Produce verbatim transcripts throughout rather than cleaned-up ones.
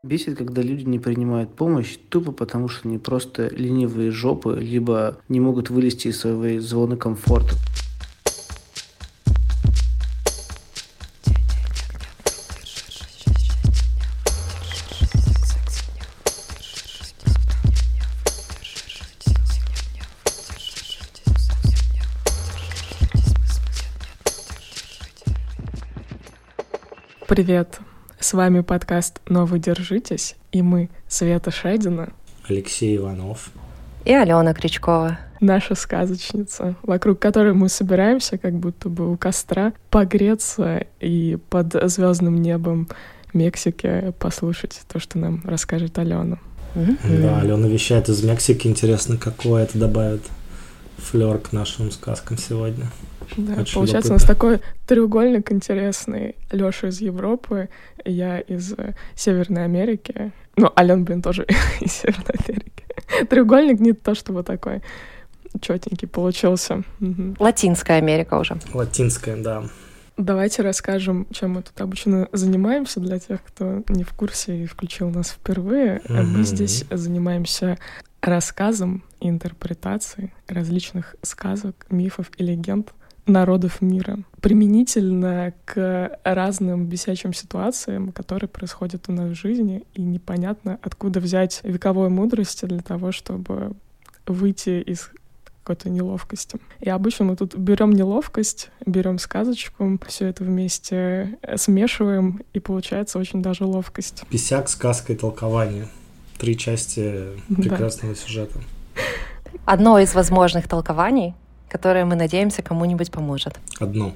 Бесит, когда люди не принимают помощь тупо потому, что они просто ленивые жопы, либо не могут вылезти из своей зоны комфорта. Привет! С вами подкаст «Но вы держитесь», и мы, Света Шедина, Алексей Иванов и Алена Крючкова. Наша сказочница, вокруг которой мы собираемся, как будто бы у костра, погреться и под звездным небом Мексики послушать то, что нам расскажет Алена. Mm-hmm. Да, Алена вещает из Мексики. Интересно, какое это добавит флёр к нашим сказкам сегодня. Да, Очень получается, любопытно. У нас такой треугольник интересный. Лёша из Европы, я из э, Северной Америки. Ну, Ален, блин, тоже из Северной Америки. Треугольник не то чтобы такой чётенький получился. Угу. Латинская Америка уже. Латинская, да. Давайте расскажем, чем мы тут обычно занимаемся для тех, кто не в курсе и включил нас впервые. Mm-hmm. Мы здесь занимаемся рассказом и интерпретацией различных сказок, мифов и легенд народов мира, применительно к разным бесячим ситуациям, которые происходят у нас в жизни, и непонятно, откуда взять вековой мудрости для того, чтобы выйти из какой-то неловкости. И обычно мы тут берем неловкость, берем сказочку, все это вместе смешиваем, и получается очень даже ловкость. Бесяк, сказка и толкование. Три части прекрасного да. сюжета. Одно из возможных толкований, которое, мы надеемся, кому-нибудь поможет. Одно.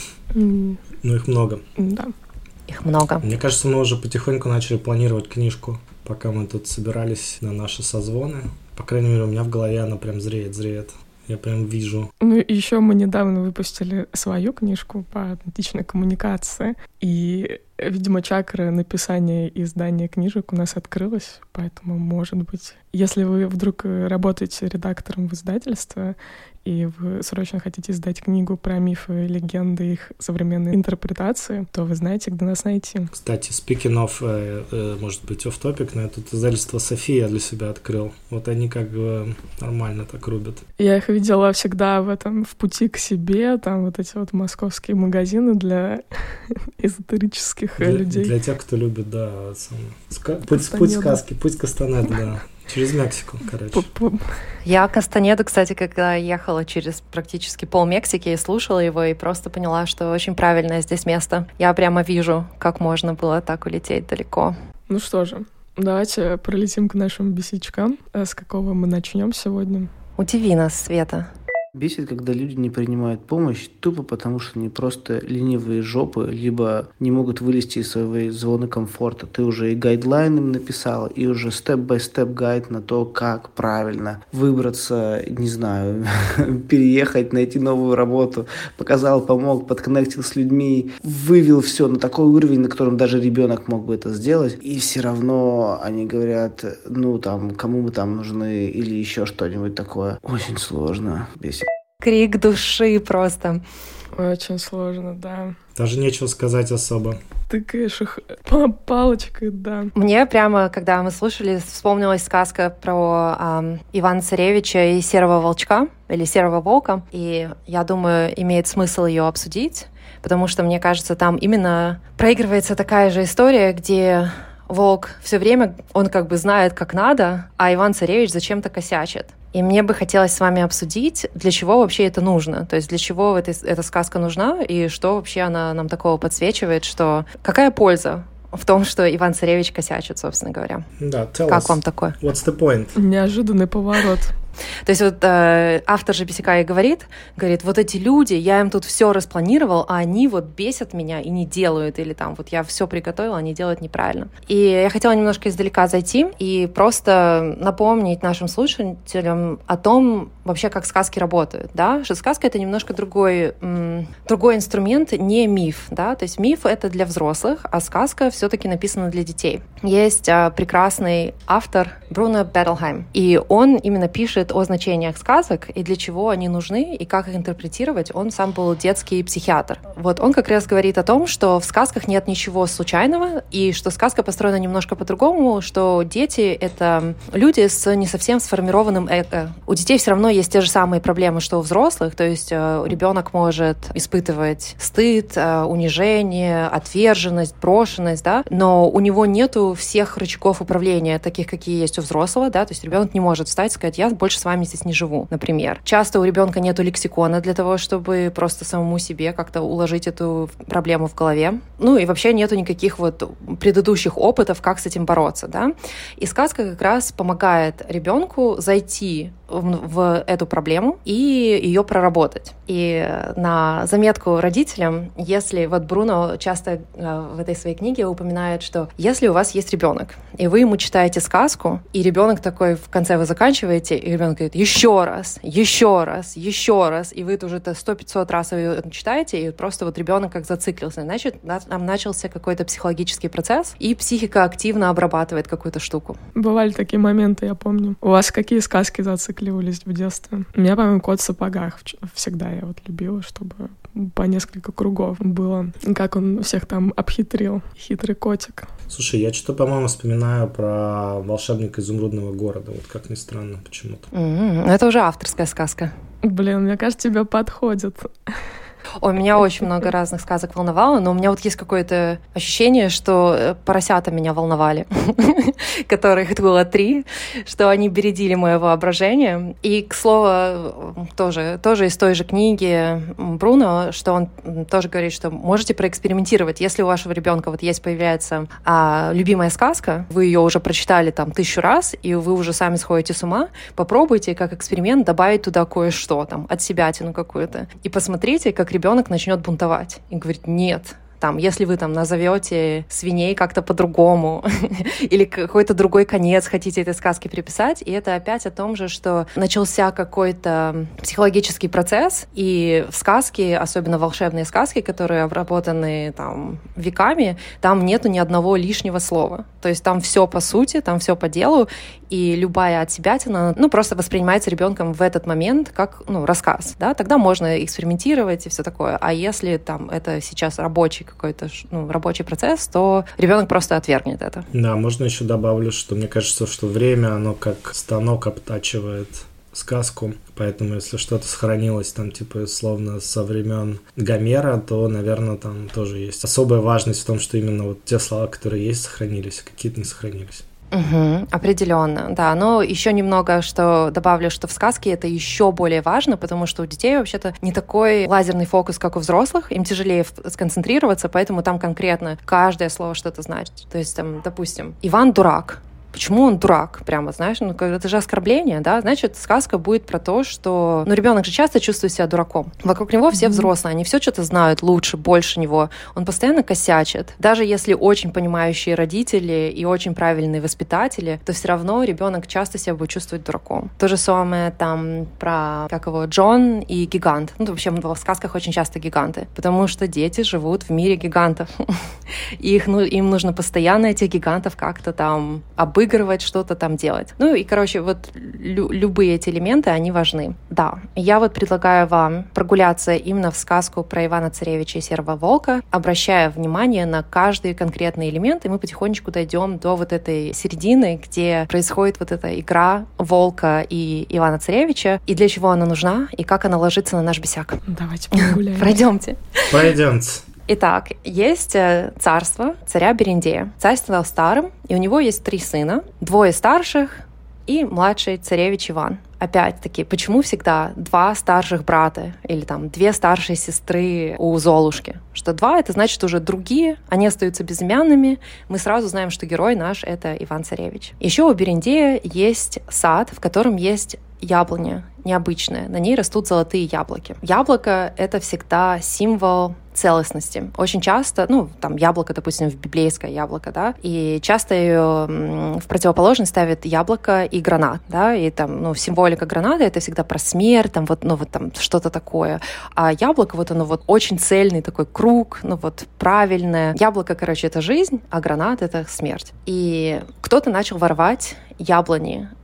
Mm. Ну, их много. Да. Их много. Мне кажется, мы уже потихоньку начали планировать книжку, пока мы тут собирались на наши созвоны. По крайней мере, у меня в голове она прям зреет, зреет. Я прям вижу. Ну, еще мы недавно выпустили свою книжку по аутентичной коммуникации, и, видимо, чакра написания и издания книжек у нас открылась, поэтому, может быть, если вы вдруг работаете редактором в издательстве, и вы срочно хотите издать книгу про мифы, легенды и их современные интерпретации, то вы знаете, где нас найти. Кстати, speaking of, э, э, может быть, off-topic, но это издательство «София» для себя открыл. Вот они как бы нормально так рубят. Я их видела всегда в этом, в пути к себе, там вот эти вот московские магазины для эзотерических для, людей. Для тех, кто любит, да, сам, ска- путь, путь сказки, путь Кастанеды, да. Через Мексику, короче. Я Кастанеду, кстати, когда ехала через практически пол Мексики и слушала его, и просто поняла, что очень правильное здесь место. Я прямо вижу, как можно было так улететь далеко. Ну что же, давайте пролетим к нашим бесячкам. С какого мы начнем сегодня? Удиви нас, Света. Бесит, когда люди не принимают помощь тупо потому, что они просто ленивые жопы, либо не могут вылезти из своей зоны комфорта. Ты уже и гайдлайн им написала, и уже степ-бай-степ гайд на то, как правильно выбраться, не знаю, переехать, найти новую работу. Показал, помог, подконнектил с людьми, вывел все на такой уровень, на котором даже ребенок мог бы это сделать. И все равно они говорят, ну там, кому мы там нужны или еще что-нибудь такое. Очень сложно. Бесит. Крик души просто. Очень сложно, да. Даже нечего сказать особо. Тыкаешь их палочкой, да. Мне прямо, когда мы слушали, вспомнилась сказка про эм, Ивана Царевича и Серого Волчка, или Серого Волка, и я думаю, имеет смысл ее обсудить, потому что, мне кажется, там именно проигрывается такая же история, где волк все время, он как бы знает, как надо, а Иван Царевич зачем-то косячит. И мне бы хотелось с вами обсудить, для чего вообще это нужно. То есть для чего эта, эта сказка нужна, и что вообще она нам такого подсвечивает, что какая польза в том, что Иван Царевич косячит, собственно говоря. Да, tell Как us, вам такое? What's the point? Неожиданный поворот. То есть вот э, автор же Бесяка и говорит, говорит, вот эти люди, я им тут все распланировал, а они вот бесят меня и не делают, или там вот я все приготовила, они делают неправильно. И я хотела немножко издалека зайти и просто напомнить нашим слушателям о том, вообще, как сказки работают, да, что сказка — это немножко другой, м- другой инструмент, не миф, да, то есть миф — это для взрослых, а сказка все-таки написана для детей. Есть а, прекрасный автор Бруно Беттельхейм, и он именно пишет вот о значениях сказок и для чего они нужны, и как их интерпретировать. Он сам был детский психиатр. Вот он как раз говорит о том, что в сказках нет ничего случайного, и что сказка построена немножко по-другому, что дети — это люди с не совсем сформированным эго. У детей все равно есть те же самые проблемы, что у взрослых, то есть ребенок может испытывать стыд, унижение, отверженность, брошенность, да, но у него нету всех рычагов управления, таких, какие есть у взрослого, да, то есть ребенок не может встать и сказать: я больше с вами здесь не живу, например. Часто у ребенка нету лексикона для того, чтобы просто самому себе как-то уложить эту проблему в голове. Ну и вообще нету никаких вот предыдущих опытов, как с этим бороться, да. И сказка как раз помогает ребенку зайти в, в эту проблему и ее проработать. И на заметку родителям, если вот Бруно часто э, в этой своей книге упоминает, что если у вас есть ребенок, и вы ему читаете сказку, и ребенок такой, в конце вы заканчиваете, и ребенок говорит: еще раз, еще раз, еще раз, и вы это уже сто-пятьсот раз ее читаете, и просто вот ребенок как зациклился, значит, там начался какой-то психологический процесс, и психика активно обрабатывает какую-то штуку. Бывали такие моменты, я помню. У вас какие сказки зацикливались в детстве? У меня, по-моему, «Кот в сапогах» всегда я вот любила, чтобы по несколько кругов было. Как он всех там обхитрил. Хитрый котик. Слушай, я что-то, по-моему, вспоминаю про «Волшебника изумрудного города». Вот как ни странно, почему-то. Mm-hmm. Это уже авторская сказка. Блин, мне кажется, тебе подходит. Ой, меня очень много разных сказок волновало, но у меня вот есть какое-то ощущение, что поросята меня волновали, которых было три, что они бередили мое воображение. И, к слову, тоже, тоже из той же книги Бруно, что он тоже говорит, что можете проэкспериментировать. Если у вашего ребенка вот есть, появляется а, любимая сказка, вы ее уже прочитали там тысячу раз, и вы уже сами сходите с ума, попробуйте как эксперимент добавить туда кое-что, там, от себятину какую-то, и посмотрите, как ребенок начнет бунтовать и говорит: нет. Там, если вы там назовете свиней как-то по-другому или какой-то другой конец хотите этой сказки приписать, и это опять о том же, что начался какой-то психологический процесс, и в сказке, особенно волшебные сказки, которые обработаны там веками, там нету ни одного лишнего слова. То есть там все по сути, там все по делу, и любая отсебятина, ну, просто воспринимается ребенком в этот момент как, ну, рассказ, да, тогда можно экспериментировать и все такое. А если там это сейчас рабочий какой-то, ну, рабочий процесс, то ребенок просто отвергнет это. Да, можно еще добавлю, что мне кажется, что время, оно как станок обтачивает сказку, поэтому если что-то сохранилось там, типа, словно со времен Гомера, то, наверное, там тоже есть особая важность в том, что именно вот те слова, которые есть, сохранились, а какие-то не сохранились. Угу, определенно, да. Но еще немного, что добавлю, что в сказке это еще более важно, потому что у детей вообще-то не такой лазерный фокус, как у взрослых, им тяжелее сконцентрироваться, поэтому там конкретно каждое слово что-то значит. То есть, там, допустим, Иван дурак. Почему он дурак? Прямо, знаешь, ну, это же оскорбление, да? Значит, сказка будет про то, что... Ну, ребенок же часто чувствует себя дураком. Вокруг него все взрослые, они все что-то знают лучше, больше него. Он постоянно косячит. Даже если очень понимающие родители и очень правильные воспитатели, то все равно ребенок часто себя будет чувствовать дураком. То же самое там про, как его, Джон и гигант. Ну, вообще, в сказках очень часто гиганты, потому что дети живут в мире гигантов. И их, ну, им нужно постоянно этих гигантов как-то там обыгрывать, выигрывать, что-то там делать. Ну и, короче, вот лю- любые эти элементы, они важны. Да, я вот предлагаю вам прогуляться именно в сказку про Ивана Царевича и Серого Волка, обращая внимание на каждый конкретный элемент, и мы потихонечку дойдем до вот этой середины, где происходит вот эта игра Волка и Ивана Царевича, и для чего она нужна, и как она ложится на наш бесяк. Давайте прогуляем. Пройдемте. Пойдемте. Итак, есть царство царя Берендея. Царь стал старым, и у него есть три сына, двое старших и младший царевич Иван. Опять-таки, почему всегда два старших брата или там две старшие сестры у Золушки? Что два — это значит уже другие, они остаются безымянными, мы сразу знаем, что герой наш — это Иван-царевич. Еще у Берендея есть сад, в котором есть яблоня необычная, на ней растут золотые яблоки. Яблоко — это всегда символ целостности. Очень часто, ну, там яблоко, допустим, в библейское яблоко, да, и часто ее в противоположность ставят яблоко и гранат, да, и там, ну, символика граната — это всегда про смерть, там вот, ну, вот там что-то такое. А яблоко, вот оно вот очень цельный такой круг, ну, вот правильное. Яблоко, короче, это жизнь, а гранат — это смерть. И кто-то начал воровать яблони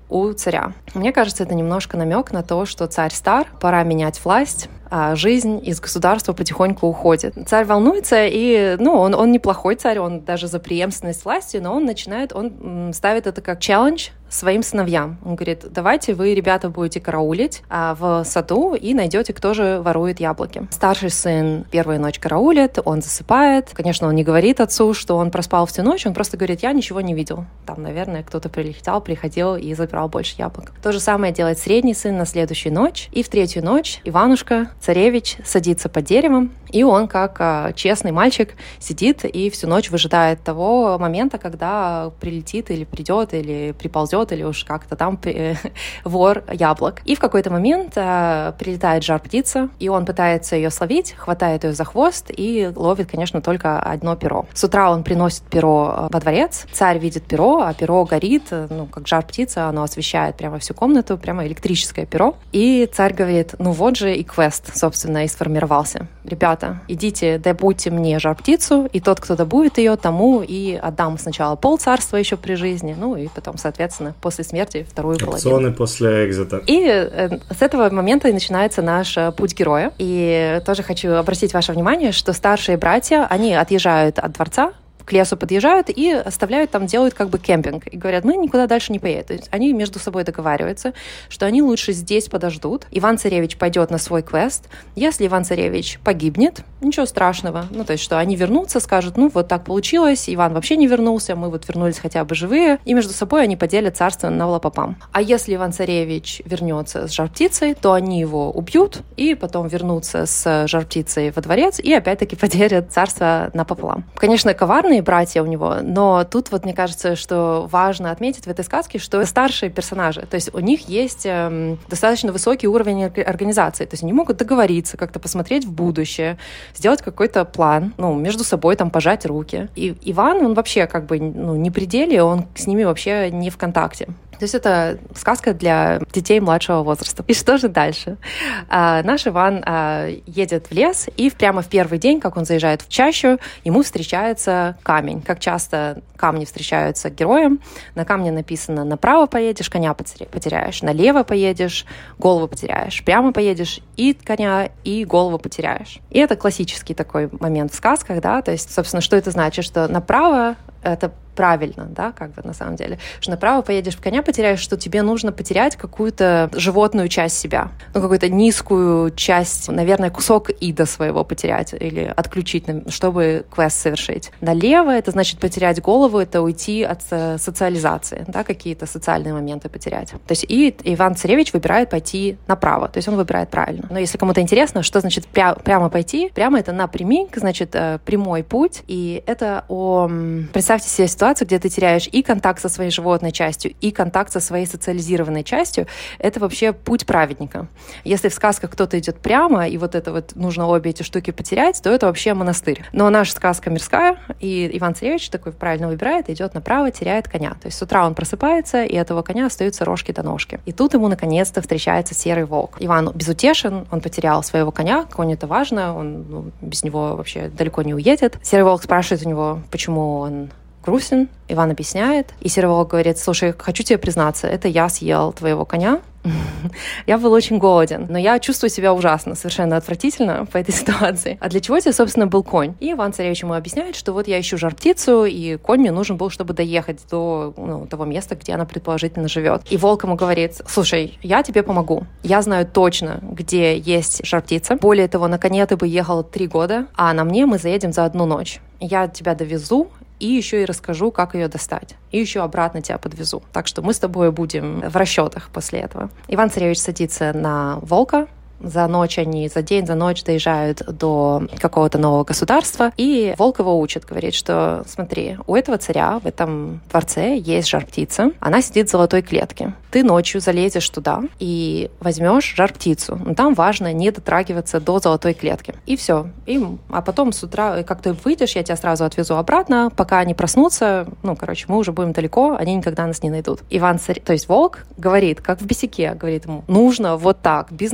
у царя. Мне кажется, это немножко намек на то, что царь стар, пора менять власть, а жизнь из государства потихоньку уходит. Царь волнуется, и, ну, он, он неплохой царь, он даже за преемственность власти, но он начинает, он ставит это как челлендж своим сыновьям. Он говорит, давайте вы, ребята, будете караулить а, в саду и найдете, кто же ворует яблоки. Старший сын первую ночь караулит, он засыпает. Конечно, он не говорит отцу, что он проспал всю ночь, он просто говорит, я ничего не видел. Там, наверное, кто-то прилетел, приходил и забирал больше яблок. То же самое делает средний сын на следующую ночь. И в третью ночь Иванушка, царевич, садится под деревом, и он, как а, честный мальчик, сидит и всю ночь выжидает того момента, когда прилетит или придет, или приползет, или уж как-то там при... вор яблок. И в какой-то момент а, прилетает жар-птица, и он пытается ее словить, хватает ее за хвост и ловит, конечно, только одно перо. С утра он приносит перо во дворец, царь видит перо, а перо горит, ну, как жар-птица, оно освещает прямо всю комнату, прямо электрическое перо. И царь говорит, ну вот же и квест, собственно, и сформировался. Ребята, идите, добудьте мне жар-птицу, и тот, кто добудет ее, тому и отдам сначала пол царства еще при жизни, ну и потом, соответственно, после смерти вторую половину. Опционы после экзита. И э, с этого момента и начинается наш э, путь героя. И тоже хочу обратить ваше внимание, что старшие братья, они отъезжают от дворца, к лесу подъезжают и оставляют там, делают как бы кемпинг. И говорят, мы никуда дальше не поедем. То есть они между собой договариваются, что они лучше здесь подождут. Иван-царевич пойдет на свой квест. Если Иван-царевич погибнет, ничего страшного. Ну, то есть, что они вернутся, скажут, ну, вот так получилось, Иван вообще не вернулся, мы вот вернулись хотя бы живые. И между собой они поделят царство навлапопам. А если Иван-царевич вернется с жар-птицей, то они его убьют и потом вернутся с жар-птицей во дворец и опять-таки поделят царство напополам. Конечно, коварный братья у него, но тут вот мне кажется, что важно отметить в этой сказке, что старшие персонажи, то есть у них есть эм, достаточно высокий уровень организации, то есть они могут договориться, как-то посмотреть в будущее, сделать какой-то план, ну, между собой там пожать руки. И Иван, он вообще как бы, ну, не при деле, он с ними вообще не в контакте. То есть это сказка для детей младшего возраста. И что же дальше? А, наш Иван а, едет в лес, и прямо в первый день, как он заезжает в чащу, ему встречается камень. Как часто камни встречаются героям. На камне написано «направо поедешь, коня потеряешь», «налево поедешь, голову потеряешь», «прямо поедешь, и коня, и голову потеряешь». И это классический такой момент в сказках, да, то есть, собственно, что это значит? Что направо — это правильно, да, как бы на самом деле, что направо поедешь, коня потеряешь, что тебе нужно потерять какую-то животную часть себя, ну, какую-то низкую часть, наверное, кусок ида своего потерять или отключить, чтобы квест совершить. Налево — это значит потерять голову, это уйти от социализации, да, какие-то социальные моменты потерять. То есть и Иван-царевич выбирает пойти направо, то есть он выбирает правильно. Но если кому-то интересно, что значит пря- прямо пойти, прямо — это напрямик, значит, прямой путь, и это о... Представьте себе ситуацию, где ты теряешь и контакт со своей животной частью, и контакт со своей социализированной частью, это вообще путь праведника. Если в сказках кто-то идет прямо, и вот это вот нужно обе эти штуки потерять, то это вообще монастырь. Но наша сказка мирская, и Иван-царевич такой правильно выбирает, идет направо, теряет коня. То есть с утра он просыпается, и этого коня остаются рожки до ножки. И тут ему наконец-то встречается серый волк. Иван безутешен, он потерял своего коня, конь — это важно, он, ну, без него вообще далеко не уедет. Серый волк спрашивает у него, почему он грустен. Иван объясняет, и серый волк говорит: слушай, хочу тебе признаться, это я съел твоего коня. Я был очень голоден, но я чувствую себя ужасно, совершенно отвратительно по этой ситуации. А для чего тебе, собственно, был конь? И Иван-царевич ему объясняет, что вот я ищу жар-птицу, и конь мне нужен был, чтобы доехать до, ну, того места, где она предположительно живет. И волк ему говорит: слушай, я тебе помогу. Я знаю точно, где есть жар-птица. Более того, на коне ты бы ехал три года, а на мне мы заедем за одну ночь. Я тебя довезу, и еще и расскажу, как ее достать. И еще обратно тебя подвезу. Так что мы с тобой будем в расчетах после этого. Иван-царевич садится на волка. За ночь они, за день, за ночь доезжают до какого-то нового государства, и волк его учит, говорит, что смотри, у этого царя в этом дворце есть жар-птица, она сидит в золотой клетке. Ты ночью залезешь туда и возьмешь жар-птицу. Но там важно не дотрагиваться до золотой клетки. И все. И, а потом с утра, как ты выйдешь, я тебя сразу отвезу обратно, пока они проснутся, ну, короче, мы уже будем далеко, они никогда нас не найдут. Иван, царь, то есть волк, говорит, как в бесяке, говорит ему: нужно вот так, бизнес-план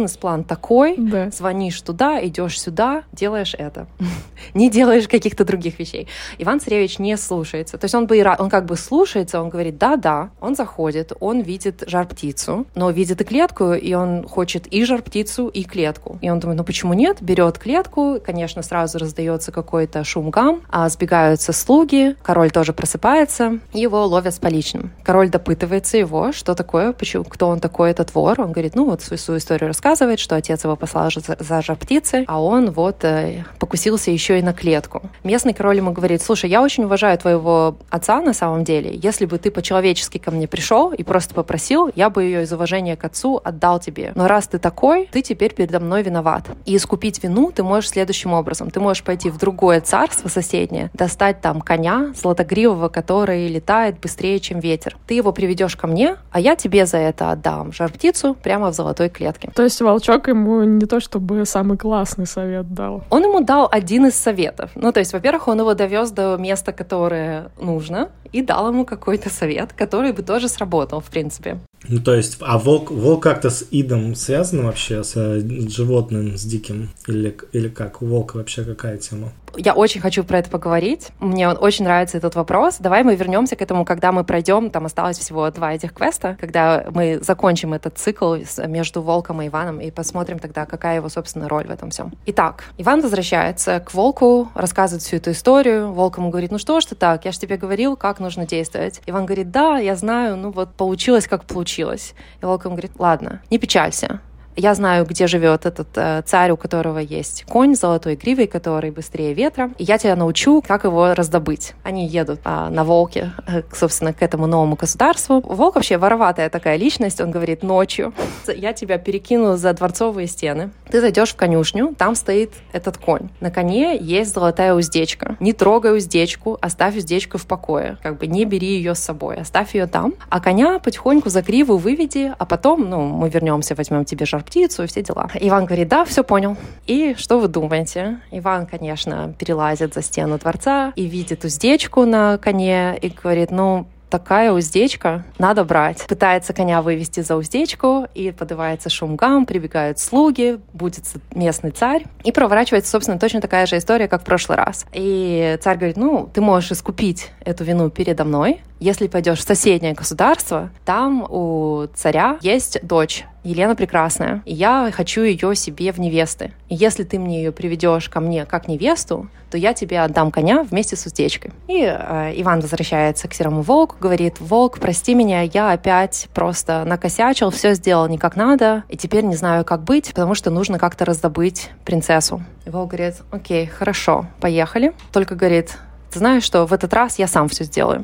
такой, да. звонишь туда, идешь сюда, делаешь это. Не делаешь каких-то других вещей. Иван-Царевич не слушается. То есть он, бы и рад, он как бы слушается, он говорит да-да, он заходит, он видит жар-птицу, но видит и клетку, и он хочет и жар-птицу, и клетку. И он думает, ну почему нет? Берет клетку, конечно, сразу раздается какой-то шум-гам, а сбегаются слуги, король тоже просыпается, и его ловят с поличным. Король допытывается его, что такое, почему, кто он такой, этот вор. Он говорит, ну вот свою, свою историю рассказывает, что отец его послал за, за жар-птицей, а он вот э, покусился еще и на клетку. Местный король ему говорит, слушай, я очень уважаю твоего отца на самом деле. Если бы ты по-человечески ко мне пришел и просто попросил, я бы ее из уважения к отцу отдал тебе. Но раз ты такой, ты теперь передо мной виноват. И искупить вину ты можешь следующим образом. Ты можешь пойти в другое царство соседнее, достать там коня златогривого, который летает быстрее, чем ветер. Ты его приведешь ко мне, а я тебе за это отдам жар-птицу прямо в золотой клетке. То есть волчок ему не то чтобы самый классный совет дал? Он ему дал один из советов. Ну, то есть, во-первых, он его довез до места, которое нужно, и дал ему какой-то совет, который бы тоже сработал, в принципе. Ну, то есть, а волк, волк как-то с идом связан вообще, с животным, с диким? Или, или как? У волка вообще какая тема? Я очень хочу про это поговорить. Мне очень нравится этот вопрос. Давай мы вернемся к этому, когда мы пройдем. Там осталось всего два этих квеста, когда мы закончим этот цикл между волком и Иваном и посмотрим тогда, какая его, собственно, роль в этом всем. Итак, Иван возвращается к волку, рассказывает всю эту историю. Волк ему говорит, ну что ж ты так, я же тебе говорил, как нужно действовать. Иван говорит, да, я знаю, ну вот получилось, как получилось. И волк ему говорит, ладно, не печалься. Я знаю, где живет этот э, царь, у которого есть конь с золотой гривой, который быстрее ветра, и я тебя научу, как его раздобыть. Они едут э, на волке, э, собственно, к этому новому государству. Волк вообще вороватая такая личность, он говорит, ночью я тебя перекину за дворцовые стены, ты зайдешь в конюшню, там стоит этот конь. На коне есть золотая уздечка. Не трогай уздечку, оставь уздечку в покое. Как бы не бери ее с собой, оставь ее там. А коня потихоньку за гриву выведи, а потом, ну, мы вернемся, возьмем тебе жар птицу и все дела. Иван говорит, да, все понял. И что вы думаете? Иван, конечно, перелазит за стену дворца и видит уздечку на коне и говорит, ну, такая уздечка, надо брать. Пытается коня вывести за уздечку, и поднимается шум-гам, прибегают слуги, будет местный царь, и проворачивается, собственно, точно такая же история, как в прошлый раз. И царь говорит, ну, ты можешь искупить эту вину передо мной, если пойдешь в соседнее государство, там у царя есть дочь, Елена Прекрасная, и я хочу ее себе в невесты. И если ты мне ее приведешь ко мне как невесту, то я тебе отдам коня вместе с уздечкой. И э, Иван возвращается к серому волку, говорит, волк, прости меня, я опять просто накосячил, все сделал не как надо, и теперь не знаю, как быть, потому что нужно как-то раздобыть принцессу. И волк говорит, окей, хорошо, поехали. Только говорит, ты знаешь, что в этот раз я сам все сделаю.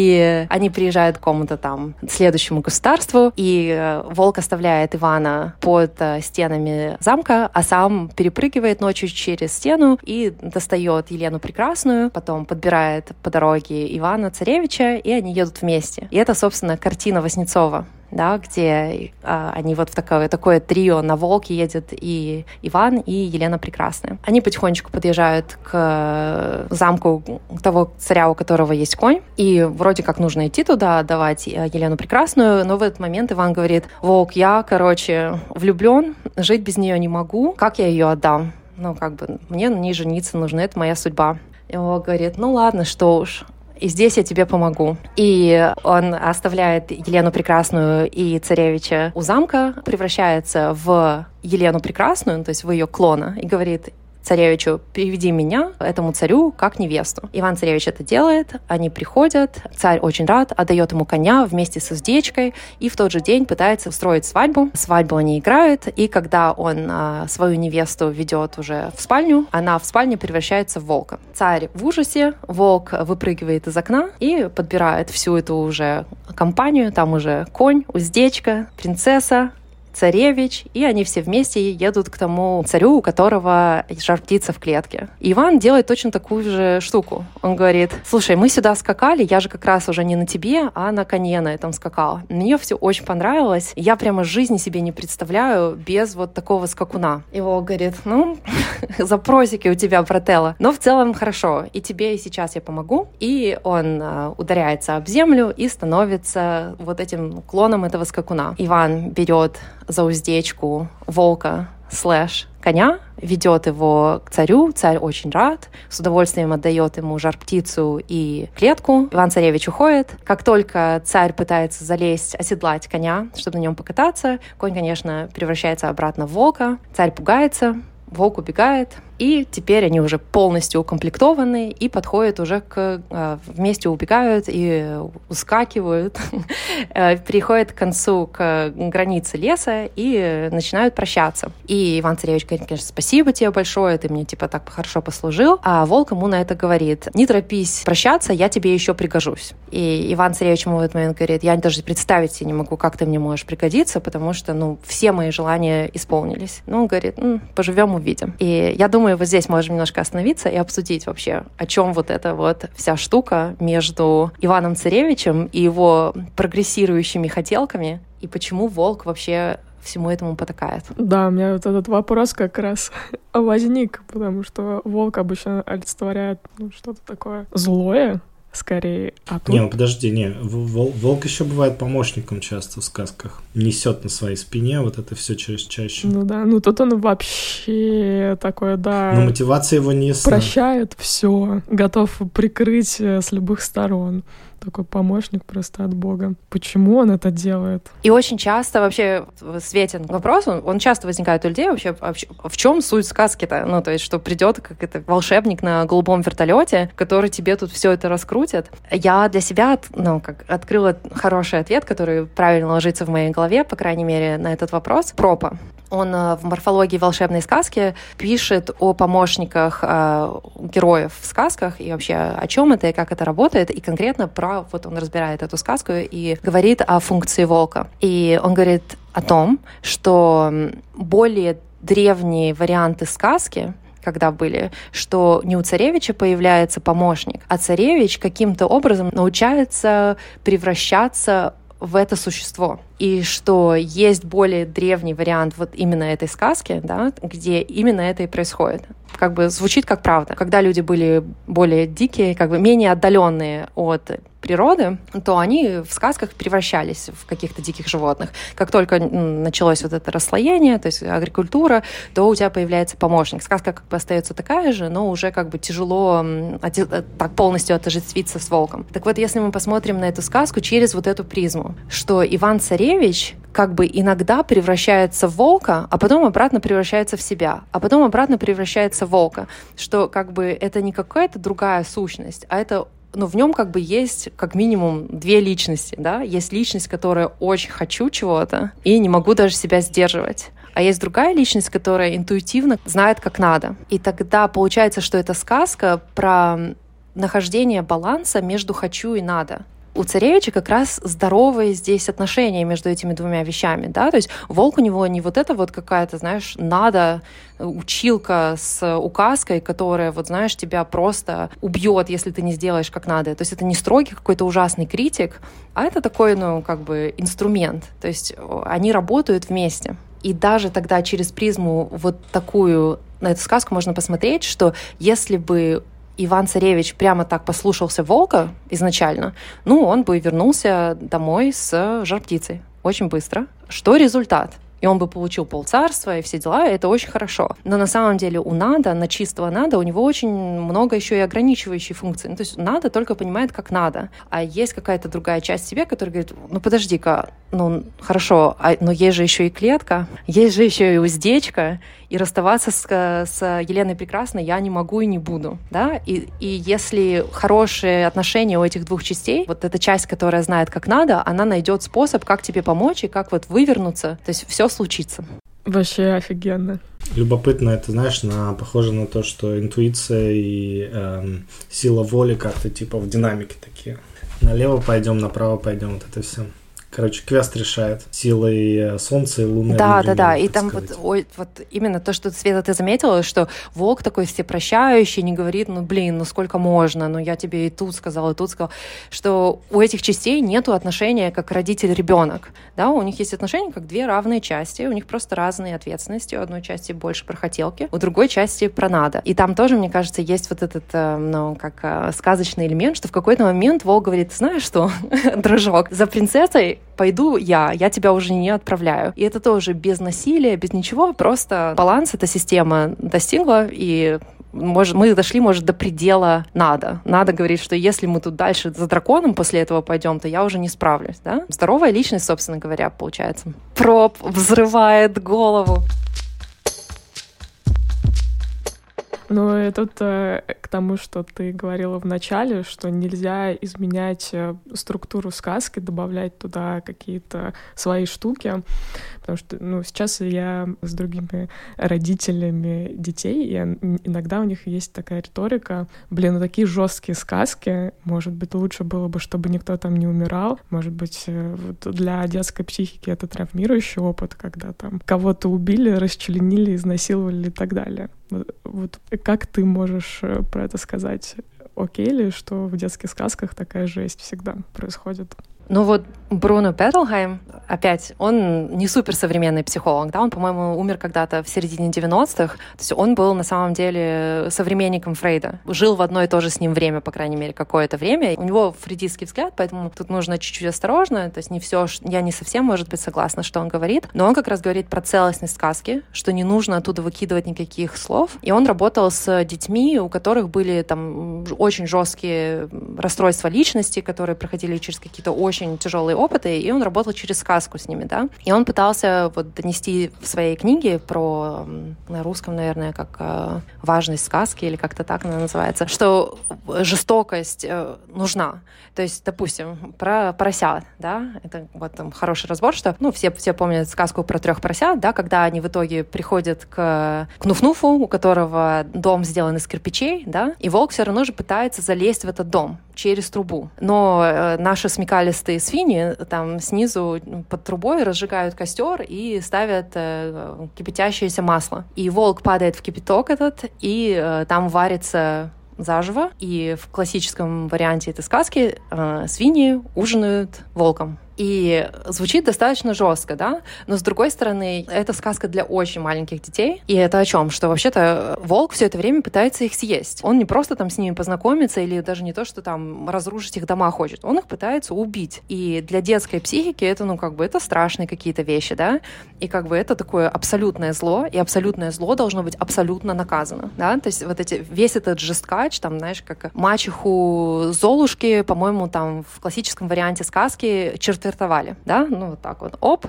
И они приезжают к какому-то там следующему государству, и волк оставляет Ивана под стенами замка, а сам перепрыгивает ночью через стену и достает Елену Прекрасную, потом подбирает по дороге Ивана Царевича, и они едут вместе. И это, собственно, картина Васнецова, да, где а, они вот в такое, такое трио на волке едет и Иван, и Елена Прекрасная. Они потихонечку подъезжают к замку того царя, у которого есть конь, и вроде как нужно идти туда, отдавать Елену Прекрасную, но в этот момент Иван говорит, волк, я, короче, влюблен, жить без нее не могу, как я ее отдам? Ну, как бы, мне на ней жениться нужно, это моя судьба. И волк говорит, ну ладно, что уж, и здесь я тебе помогу. И он оставляет Елену Прекрасную и царевича у замка, превращается в Елену Прекрасную, то есть в ее клона, и говорит царевичу, приведи меня этому царю как невесту. Иван-царевич это делает, они приходят, царь очень рад, отдает ему коня вместе с уздечкой, и в тот же день пытается устроить свадьбу. Свадьбу они играют, и когда он а, свою невесту ведет уже в спальню, она в спальне превращается в волка. Царь в ужасе, волк выпрыгивает из окна и подбирает всю эту уже компанию, там уже конь, уздечка, принцесса, царевич, и они все вместе едут к тому царю, у которого жар-птица в клетке. И Иван делает точно такую же штуку. Он говорит, слушай, мы сюда скакали, я же как раз уже не на тебе, а на коне на этом скакал. Мне все очень понравилось. Я прямо жизни себе не представляю без вот такого скакуна. И Волк говорит, ну, запросики у тебя, брателло. Но в целом хорошо, и тебе и сейчас я помогу. И он а, ударяется об землю и становится вот этим клоном этого скакуна. Иван берет за уздечку волка слэш коня, ведет его к царю, царь очень рад, с удовольствием отдает ему жар-птицу и клетку. Иван-царевич уходит. Как только царь пытается залезть, оседлать коня, чтобы на нем покататься, конь, конечно, превращается обратно в волка. Царь пугается, волк убегает, и теперь они уже полностью укомплектованы и подходят уже к... вместе убегают и ускакивают, переходят к концу, к границе леса и начинают прощаться. И Иван-царевич говорит, конечно, спасибо тебе большое, ты мне типа так хорошо послужил. А волк ему на это говорит, не торопись прощаться, я тебе еще пригожусь. И Иван-царевич ему в этот момент говорит, я даже представить себе не могу, как ты мне можешь пригодиться, потому что, ну, все мои желания исполнились. Ну, он говорит, м, поживем, увидим. И я думаю, вот здесь можем немножко остановиться и обсудить вообще, о чем вот эта вот вся штука между Иваном-царевичем и его прогрессирующими хотелками, и почему волк вообще всему этому потакает. Да, у меня вот этот вопрос как раз возник, потому что волк обычно олицетворяет ну, что-то такое злое, скорее. А тут... Не, ну подожди, не. Вол- волк еще бывает помощником часто в сказках. Несет на своей спине вот это все через чаще. Ну да, ну тут он вообще такой, да. Но мотивация его не ясна. Прощает все, готов прикрыть с любых сторон. Такой помощник просто от Бога. Почему он это делает? И очень часто вообще светен вопрос, он, он часто возникает у людей вообще, вообще, в чем суть сказки-то? Ну, то есть, что придет как это волшебник на голубом вертолете, который тебе тут все это раскрутит. Я для себя ну, как, открыла хороший ответ, который правильно ложится в моей голове, по крайней мере, на этот вопрос. Пропа. Он в морфологии волшебной сказки пишет о помощниках э, героев в сказках и вообще о чем это и как это работает, и конкретно про, вот он разбирает эту сказку и говорит о функции волка. И он говорит о том, что более древние варианты сказки, когда были, что не у царевича появляется помощник, а царевич каким-то образом научается превращаться в это существо. И что есть более древний вариант вот именно этой сказки, да, где именно это и происходит. Как бы звучит как правда. Когда люди были более дикие, как бы менее отдаленные от природы, то они в сказках превращались в каких-то диких животных. Как только началось вот это расслоение, то есть агрикультура, то у тебя появляется помощник. Сказка как бы остается такая же, но уже как бы тяжело так полностью отождествиться с волком. Так вот, если мы посмотрим на эту сказку через вот эту призму, что Иван-царевич как бы иногда превращается в волка, а потом обратно превращается в себя, а потом обратно превращается в волка, что как бы это не какая-то другая сущность, а это но в нем как бы есть как минимум две личности, да? Есть личность, которая очень хочу чего-то и не могу даже себя сдерживать. А есть другая личность, которая интуитивно знает, как надо. И тогда получается, что это сказка про нахождение баланса между хочу и надо. У царевича как раз здоровые здесь отношения между этими двумя вещами, да, то есть волк у него не вот это вот какая-то, знаешь, надо училка с указкой, которая, вот знаешь, тебя просто убьет, если ты не сделаешь как надо. То есть это не строгий какой-то ужасный критик, а это такой, ну, как бы инструмент. То есть они работают вместе. И даже тогда через призму вот такую, на эту сказку можно посмотреть, что если бы Иван-царевич прямо так послушался волка изначально, ну, он бы вернулся домой с жар-птицей очень быстро. Что результат? И он бы получил полцарства и все дела, и это очень хорошо. Но на самом деле у надо, на чистого надо, у него очень много еще и ограничивающей функции. Ну, то есть надо только понимает, как надо. А есть какая-то другая часть себя, которая говорит, ну подожди-ка, ну хорошо, а, но есть же еще и клетка, есть же еще и уздечка, и расставаться с, с Еленой Прекрасной я не могу и не буду. Да? И, и если хорошие отношения у этих двух частей, вот эта часть, которая знает, как надо, она найдет способ, как тебе помочь и как вот вывернуться. То есть все случится. Вообще офигенно. Любопытно, это, знаешь, на, похоже на то, что интуиция и эм, сила воли как-то типа в динамике такие. Налево пойдем, направо пойдем, вот это все. Короче, квест решает силой солнца и луны. Да, да, да. И там вот, ой, вот именно то, что, Света, ты заметила, что волк такой всепрощающий, не говорит, ну, блин, ну сколько можно, ну я тебе и тут сказал, и тут сказал, что у этих частей нету отношения как родитель-ребенок. Да, у них есть отношения как две равные части, у них просто разные ответственности. У одной части больше про хотелки, у другой части про надо. И там тоже, мне кажется, есть вот этот, ну, как сказочный элемент, что в какой-то момент волк говорит, знаешь что, дружок, за принцессой пойду я, я тебя уже не отправляю. И это тоже без насилия, без ничего, просто баланс эта система достигла, и может, мы дошли, может, до предела надо. Надо говорить, что если мы тут дальше за драконом после этого пойдем, то я уже не справлюсь, да? Здоровая личность, собственно говоря, получается. Проб взрывает голову. Ну, и тут э, к тому, что ты говорила в начале, что нельзя изменять э, структуру сказки, добавлять туда какие-то свои штуки, потому что, ну, сейчас я с другими родителями детей, и иногда у них есть такая риторика: блин, ну такие жесткие сказки, может быть, лучше было бы, чтобы никто там не умирал, может быть, э, вот для детской психики это травмирующий опыт, когда там кого-то убили, расчленили, изнасиловали и так далее. Вот, вот как ты можешь про это сказать? Окей ли, что в детских сказках такая жесть всегда происходит? Ну вот Бруно Петтельхайм, опять, он не суперсовременный психолог, да, он, по-моему, умер когда-то в середине девяностых, то есть он был на самом деле современником Фрейда, жил в одно и то же с ним время, по крайней мере, какое-то время. У него фрейдистский взгляд, поэтому тут нужно чуть-чуть осторожно, то есть не все, я не совсем, может быть, согласна, что он говорит, но он как раз говорит про целостность сказки, что не нужно оттуда выкидывать никаких слов, и он работал с детьми, у которых были там очень жесткие расстройства личности, которые проходили через какие-то очень тяжелые опыты, и он работал через сказку с ними, да. И он пытался вот донести в своей книге про, на русском, наверное, как э, важность сказки, или как-то так она называется, что жестокость э, нужна. То есть, допустим, про поросят, да, это вот там хороший разбор, что, ну, все, все помнят сказку про трех поросят, да, когда они в итоге приходят к, к Нуф-Нуфу, у которого дом сделан из кирпичей, да, и волк все равно же пытается залезть в этот дом через трубу. Но э, наши смекалистые свиньи там снизу под трубой разжигают костер и ставят э, кипятящееся масло. И волк падает в кипяток этот, и э, там варится заживо. И в классическом варианте этой сказки э, свиньи ужинают волком. И звучит достаточно жестко, да? Но, с другой стороны, это сказка для очень маленьких детей. И это о чем? Что вообще-то волк все это время пытается их съесть. Он не просто там с ними познакомиться или даже не то, что там разрушить их дома хочет. Он их пытается убить. И для детской психики это, ну, как бы, это страшные какие-то вещи, да? И как бы это такое абсолютное зло, и абсолютное зло должно быть абсолютно наказано, да? То есть вот эти, весь этот жесткач, там, знаешь, как мачеху Золушки, по-моему, там в классическом варианте сказки черты да, ну вот так вот, оп.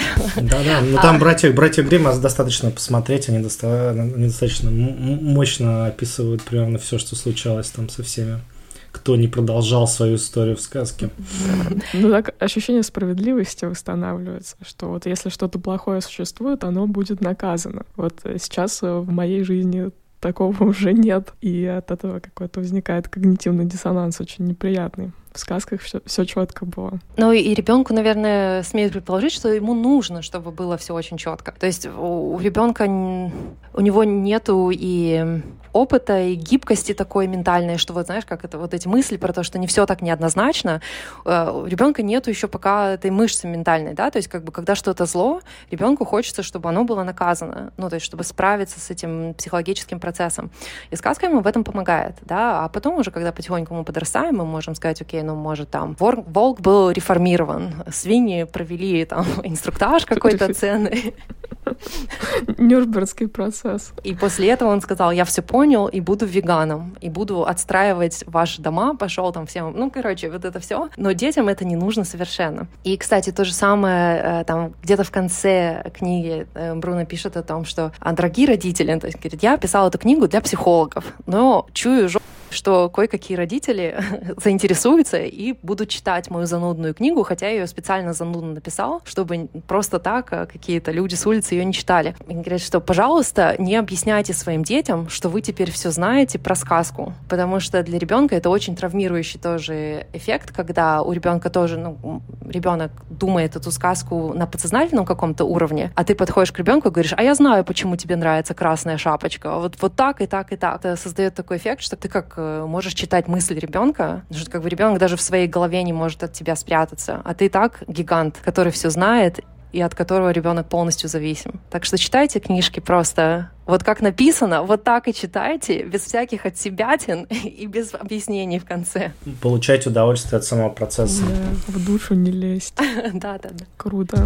Да-да, ну там братья, братья Гримма достаточно посмотреть, они, доста- они достаточно м- мощно описывают примерно все, что случалось там со всеми, кто не продолжал свою историю в сказке. Ну так ощущение справедливости восстанавливается, что вот если что-то плохое существует, оно будет наказано. Вот сейчас в моей жизни такого уже нет, и от этого какой-то возникает когнитивный диссонанс очень неприятный. В сказках все, все четко было. Ну и ребенку, наверное, смею предположить, что ему нужно, чтобы было все очень четко. То есть у, у ребенка у него нету и опыта, и гибкости такой ментальной, что вот знаешь, как это вот эти мысли про то, что не все так неоднозначно. У ребенка нету еще пока этой мышцы ментальной, да, то есть как бы когда что-то зло, ребенку хочется, чтобы оно было наказано, ну то есть чтобы справиться с этим психологическим процессом. И сказка ему в этом помогает, да, а потом уже, когда потихоньку мы подрастаем, мы можем сказать, окей, ну может там вор, волк был реформирован, свиньи провели там инструктаж какой-то ценный. Нюрнбергский процесс. И после этого он сказал, я все понял и буду веганом, и буду отстраивать ваши дома, пошел там всем, ну, короче, вот это все. Но детям это не нужно совершенно. И, кстати, то же самое, там, где-то в конце книги Бруно пишет о том, что, дорогие родители, то есть, говорит, я писал эту книгу для психологов, но чую жопу, что кое-какие родители заинтересуются и будут читать мою занудную книгу, хотя я ее специально занудно написал, чтобы просто так какие-то люди с улицы ее не читали. И говорят, что, пожалуйста, не объясняйте своим детям, что вы теперь все знаете про сказку, потому что для ребенка это очень травмирующий тоже эффект, когда у ребенка тоже, ну, ребенок думает эту сказку на подсознательном каком-то уровне, а ты подходишь к ребенку и говоришь, а я знаю, почему тебе нравится красная шапочка, вот, вот так и так и так. Это создает такой эффект, что ты как можешь читать мысли ребенка, потому что как бы ребенок даже в своей голове не может от тебя спрятаться, а ты так гигант, который все знает, и от которого ребенок полностью зависим. Так что читайте книжки просто вот как написано, вот так и читайте, без всяких отсебятин и без объяснений в конце. Получать удовольствие от самого процесса. Да, в душу не лезть. Да-да-да. Круто.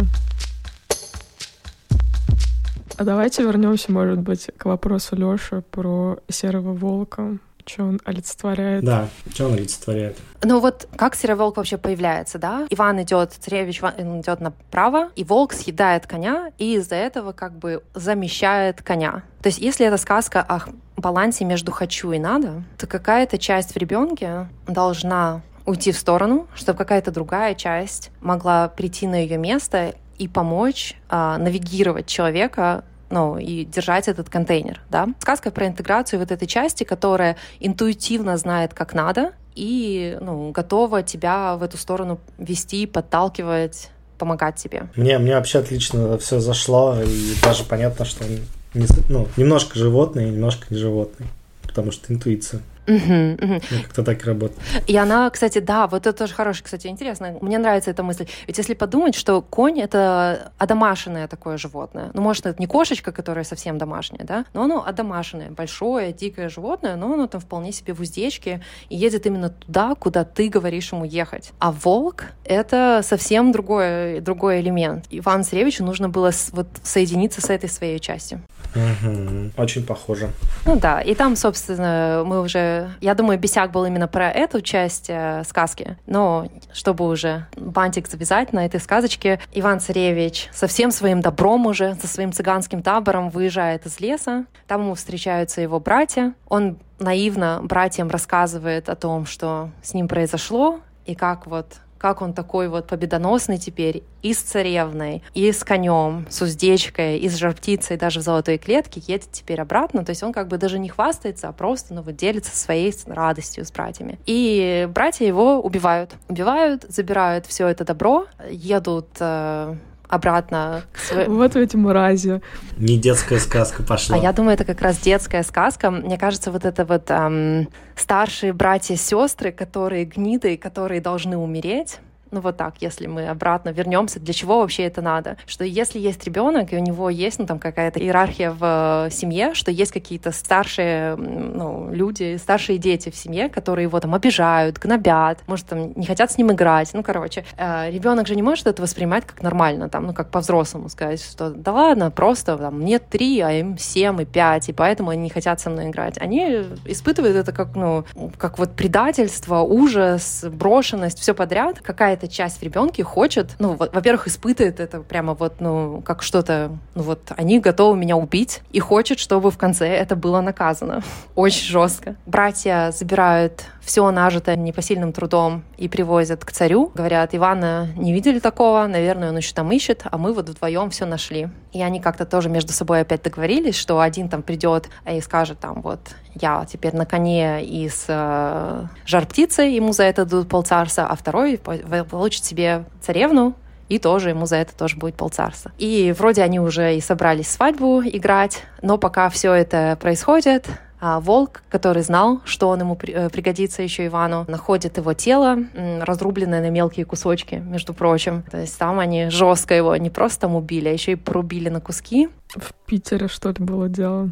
А давайте вернемся, может быть, к вопросу Лёши про серого волка. Что он олицетворяет? Да, что он олицетворяет? Ну вот как серый волк вообще появляется, да? Иван идет, царевич Иван идет направо, и волк съедает коня, и из-за этого как бы замещает коня. То есть если это сказка о балансе между «хочу» и «надо», то какая-то часть в ребенке должна уйти в сторону, чтобы какая-то другая часть могла прийти на ее место и помочь а, навигировать человека, ну, и держать этот контейнер, да. Сказка про интеграцию вот этой части, которая интуитивно знает, как надо, и, ну, готова тебя в эту сторону вести, подталкивать, помогать тебе. Мне, мне вообще отлично все зашло, и даже понятно, что он не, ну, немножко животный, немножко не животный, потому что интуиция. Uh-huh, uh-huh. Ну, как-то так и работает. И она, кстати, да, вот это тоже хорошая, кстати, интересно. Мне нравится эта мысль. Ведь если подумать, что конь — это одомашенное такое животное. Ну, может, это не кошечка, которая совсем домашняя, да, но оно одомашенное, большое, дикое животное, но оно там вполне себе в уздечке и едет именно туда, куда ты говоришь ему ехать. А волк — это совсем другой, другой элемент. Ивану Царевичу нужно было вот соединиться с этой своей частью. Угу. Очень похоже. Ну да, и там, собственно, мы уже... Я думаю, Бесяк был именно про эту часть э, сказки, но чтобы уже бантик завязать на этой сказочке, Иван-Царевич со всем своим добром уже, со своим цыганским табором выезжает из леса, там ему встречаются его братья, он наивно братьям рассказывает о том, что с ним произошло, и как вот как он такой вот победоносный теперь и с царевной, и с конем, с уздечкой, и с жар-птицей даже в золотой клетке едет теперь обратно. То есть он как бы даже не хвастается, а просто ну, вот делится своей радостью с братьями. И братья его убивают. Убивают, забирают все это добро, едут... Э- обратно к своему... Вот эти мрази. Не детская сказка пошла. А я думаю, это как раз детская сказка. Мне кажется, вот это вот эм, старшие братья-сестры, которые гниды, которые должны умереть. Ну вот так, если мы обратно вернемся, для чего вообще это надо? Что если есть ребенок, и у него есть ну, там какая-то иерархия в семье, что есть какие-то старшие ну, люди, старшие дети в семье, которые его там обижают, гнобят, может, там не хотят с ним играть. Ну, короче, э, ребенок же не может это воспринимать как нормально, там, ну, как по-взрослому сказать, что да ладно, просто там, мне три, а им семь и пять, и поэтому они не хотят со мной играть. Они испытывают это как, ну, как вот предательство, ужас, брошенность, все подряд. Какая-то часть в ребенке хочет, ну, во-первых, испытывает это прямо вот, ну, как что-то, ну, вот, они готовы меня убить и хочет, чтобы в конце это было наказано. Очень жестко. Братья забирают все нажитое непосильным трудом и привозят к царю. Говорят, Ивана не видели такого, наверное, он еще там ищет, а мы вот вдвоем все нашли. И они как-то тоже между собой опять договорились, что один там придет и скажет там, вот, я теперь на коне и с э, жар-птицей, ему за это дадут полцарства, а второй получит себе царевну, и тоже ему за это тоже будет полцарства. И вроде они уже и собрались свадьбу играть, но пока все это происходит, а волк, который знал, что он ему пригодится еще Ивану, находит его тело, разрубленное на мелкие кусочки, между прочим. То есть там они жестко его не просто там убили, а еще и порубили на куски. В Питере, что ли, было дело?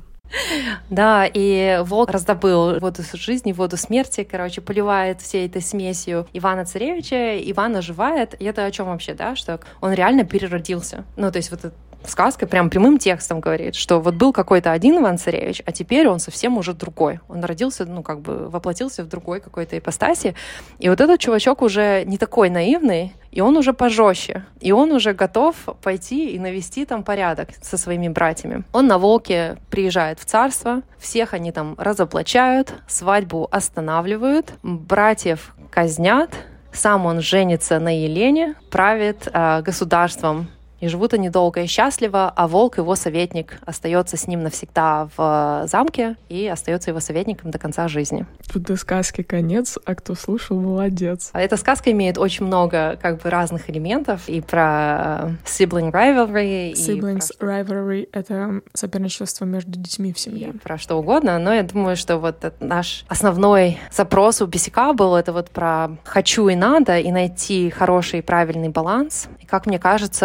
Да, и волк раздобыл воду жизни, воду смерти, короче, поливает всей этой смесью Ивана-Царевича, Иван оживает. И это о чем вообще, да, что он реально переродился. Ну, то есть вот эта сказка прям прямым текстом говорит, что вот был какой-то один Иван-Царевич, а теперь он совсем уже другой. Он родился, ну, как бы воплотился в другой какой-то ипостаси. И вот этот чувачок уже не такой наивный, и он уже пожестче, и он уже готов пойти и навести там порядок со своими братьями. Он на волке приезжает в царство, всех они там разоблачают, свадьбу останавливают, братьев казнят, сам он женится на Елене, правит э, государством. И живут они долго и счастливо, а волк, его советник, остается с ним навсегда в замке и остается его советником до конца жизни. Тут до сказки конец, а кто слушал, молодец. А эта сказка имеет очень много как бы разных элементов и про sibling rivalry. Siblings и про... rivalry — это соперничество между детьми в семье. И про что угодно, но я думаю, что вот наш основной запрос у Бесяка был это вот про «хочу» и «надо» и найти хороший и правильный баланс. И, как мне кажется, да,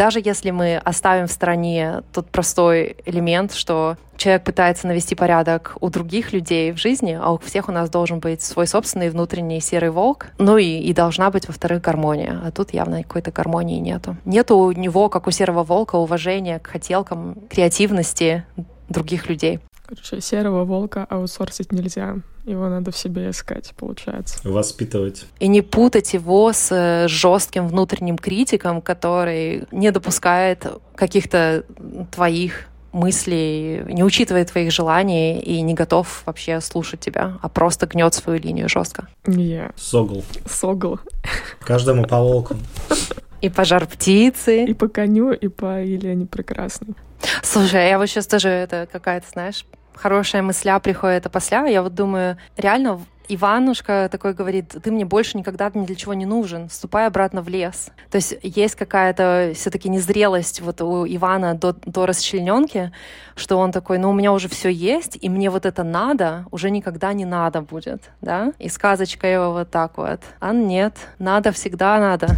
даже если мы оставим в стороне тот простой элемент, что человек пытается навести порядок у других людей в жизни, а у всех у нас должен быть свой собственный внутренний серый волк, ну и, и должна быть, во-вторых, гармония. А тут явно какой-то гармонии нету. Нету у него, как у серого волка, уважения к хотелкам, креативности других людей. Короче, серого волка аутсорсить нельзя. Его надо в себе искать, получается. Воспитывать. И не путать его с жестким внутренним критиком, который не допускает каких-то твоих мыслей, не учитывает твоих желаний и не готов вообще слушать тебя, а просто гнет свою линию жестко. Yeah. Согл. Согл. Каждому по волку. И по жар птицы. И по коню, и по Елене Прекрасной. Слушай, я вот сейчас тоже, это какая-то, знаешь, хорошая мысля приходит опосля. Я вот думаю, реально Иванушка такой говорит: ты мне больше никогда ни для чего не нужен, ступай обратно в лес. То есть есть какая-то все-таки незрелость вот у Ивана до, до расчлененки, что он такой: ну у меня уже все есть, и мне вот это надо уже никогда не надо будет, да? И сказочка его вот так вот. А нет, надо всегда надо.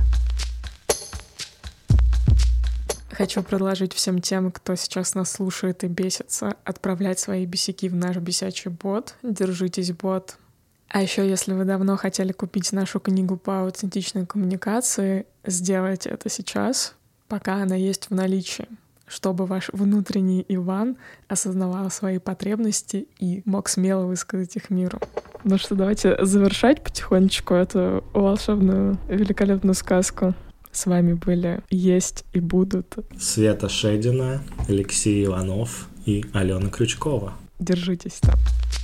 Хочу предложить всем тем, кто сейчас нас слушает и бесится, отправлять свои бесяки в наш бесячий бот. Держитесь, бот. А еще, если вы давно хотели купить нашу книгу по аутентичной коммуникации, сделайте это сейчас, пока она есть в наличии, чтобы ваш внутренний Иван осознавал свои потребности и мог смело высказать их миру. Ну что, давайте завершать потихонечку эту волшебную, великолепную сказку. С вами были «Есть и будут» Света Шедина, Алексей Иванов и Алена Крючкова. Держитесь там.